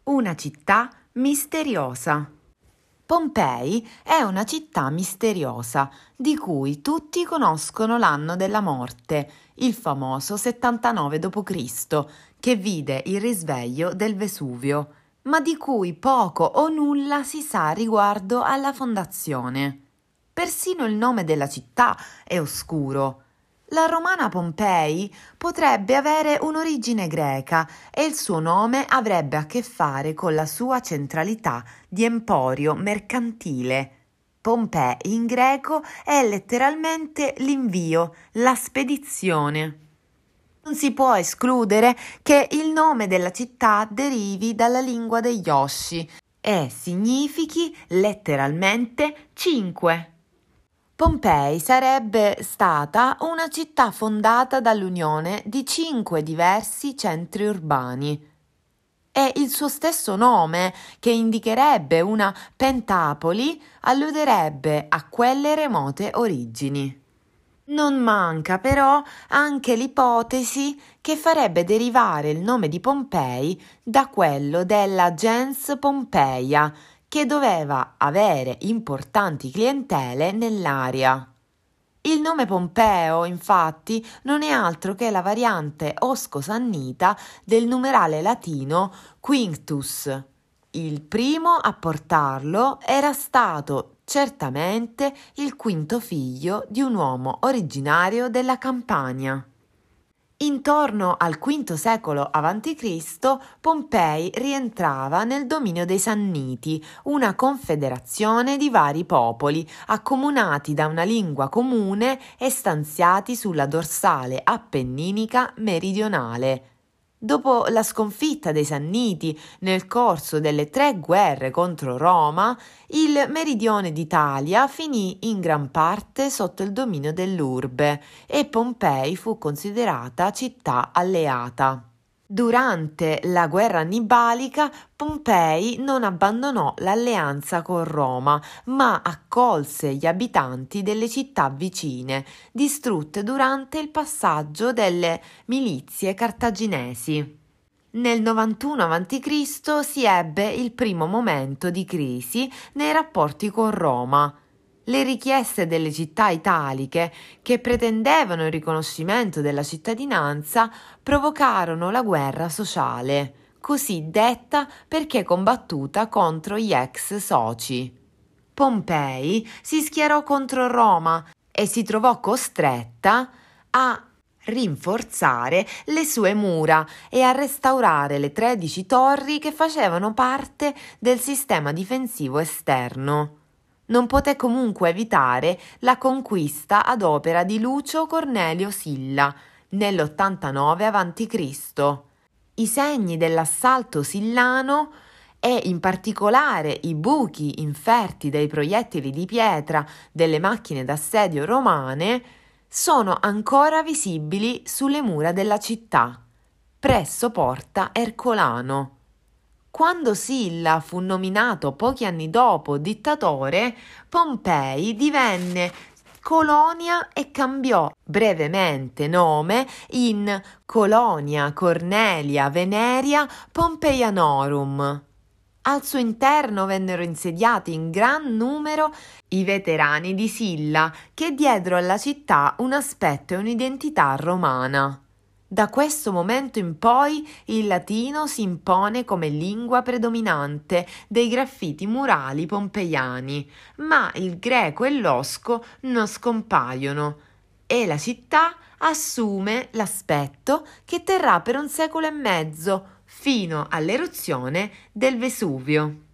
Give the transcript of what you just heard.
Una città misteriosa. Pompei è una città misteriosa di cui tutti conoscono l'anno della morte, il famoso 79 d.C., che vide il risveglio del Vesuvio, ma di cui poco o nulla si sa riguardo alla fondazione. Persino il nome della città è oscuro. La romana Pompei potrebbe avere un'origine greca e il suo nome avrebbe a che fare con la sua centralità di emporio mercantile. Pompei in greco è letteralmente l'invio, la spedizione. Non si può escludere che il nome della città derivi dalla lingua degli Osci e significhi letteralmente 5. Pompei sarebbe stata una città fondata dall'unione di 5 diversi centri urbani. E il suo stesso nome, che indicherebbe una pentapoli, alluderebbe a quelle remote origini. Non manca però anche l'ipotesi che farebbe derivare il nome di Pompei da quello della gens Pompeia, che doveva avere importanti clientele nell'area. Il nome Pompeo, infatti, non è altro che la variante osco-sannita del numerale latino Quinctus. Il primo a portarlo era stato certamente il quinto figlio di un uomo originario della Campania. Intorno al V secolo a.C. Pompei rientrava nel dominio dei Sanniti, una confederazione di vari popoli, accomunati da una lingua comune e stanziati sulla dorsale appenninica meridionale. Dopo la sconfitta dei Sanniti nel corso delle 3 guerre contro Roma, il meridione d'Italia finì in gran parte sotto il dominio dell'urbe e Pompei fu considerata città alleata. Durante la guerra annibalica, Pompei non abbandonò l'alleanza con Roma, ma accolse gli abitanti delle città vicine, distrutte durante il passaggio delle milizie cartaginesi. Nel 91 a.C. si ebbe il primo momento di crisi nei rapporti con Roma. Le richieste delle città italiche, che pretendevano il riconoscimento della cittadinanza, provocarono la guerra sociale, così detta perché combattuta contro gli ex soci. Pompei si schierò contro Roma e si trovò costretta a rinforzare le sue mura e a restaurare le 13 torri che facevano parte del sistema difensivo esterno. Non poté comunque evitare la conquista ad opera di Lucio Cornelio Silla nell'89 a.C. I segni dell'assalto sillano e in particolare i buchi inferti dai proiettili di pietra delle macchine d'assedio romane sono ancora visibili sulle mura della città, presso Porta Ercolano. Quando Silla fu nominato pochi anni dopo dittatore, Pompei divenne colonia e cambiò brevemente nome in Colonia Cornelia Veneria Pompeianorum. Al suo interno vennero insediati in gran numero i veterani di Silla, che diedero alla città un aspetto e un'identità romana. Da questo momento in poi il latino si impone come lingua predominante dei graffiti murali pompeiani, ma il greco e l'osco non scompaiono e la città assume l'aspetto che terrà per un secolo e mezzo, fino all'eruzione del Vesuvio.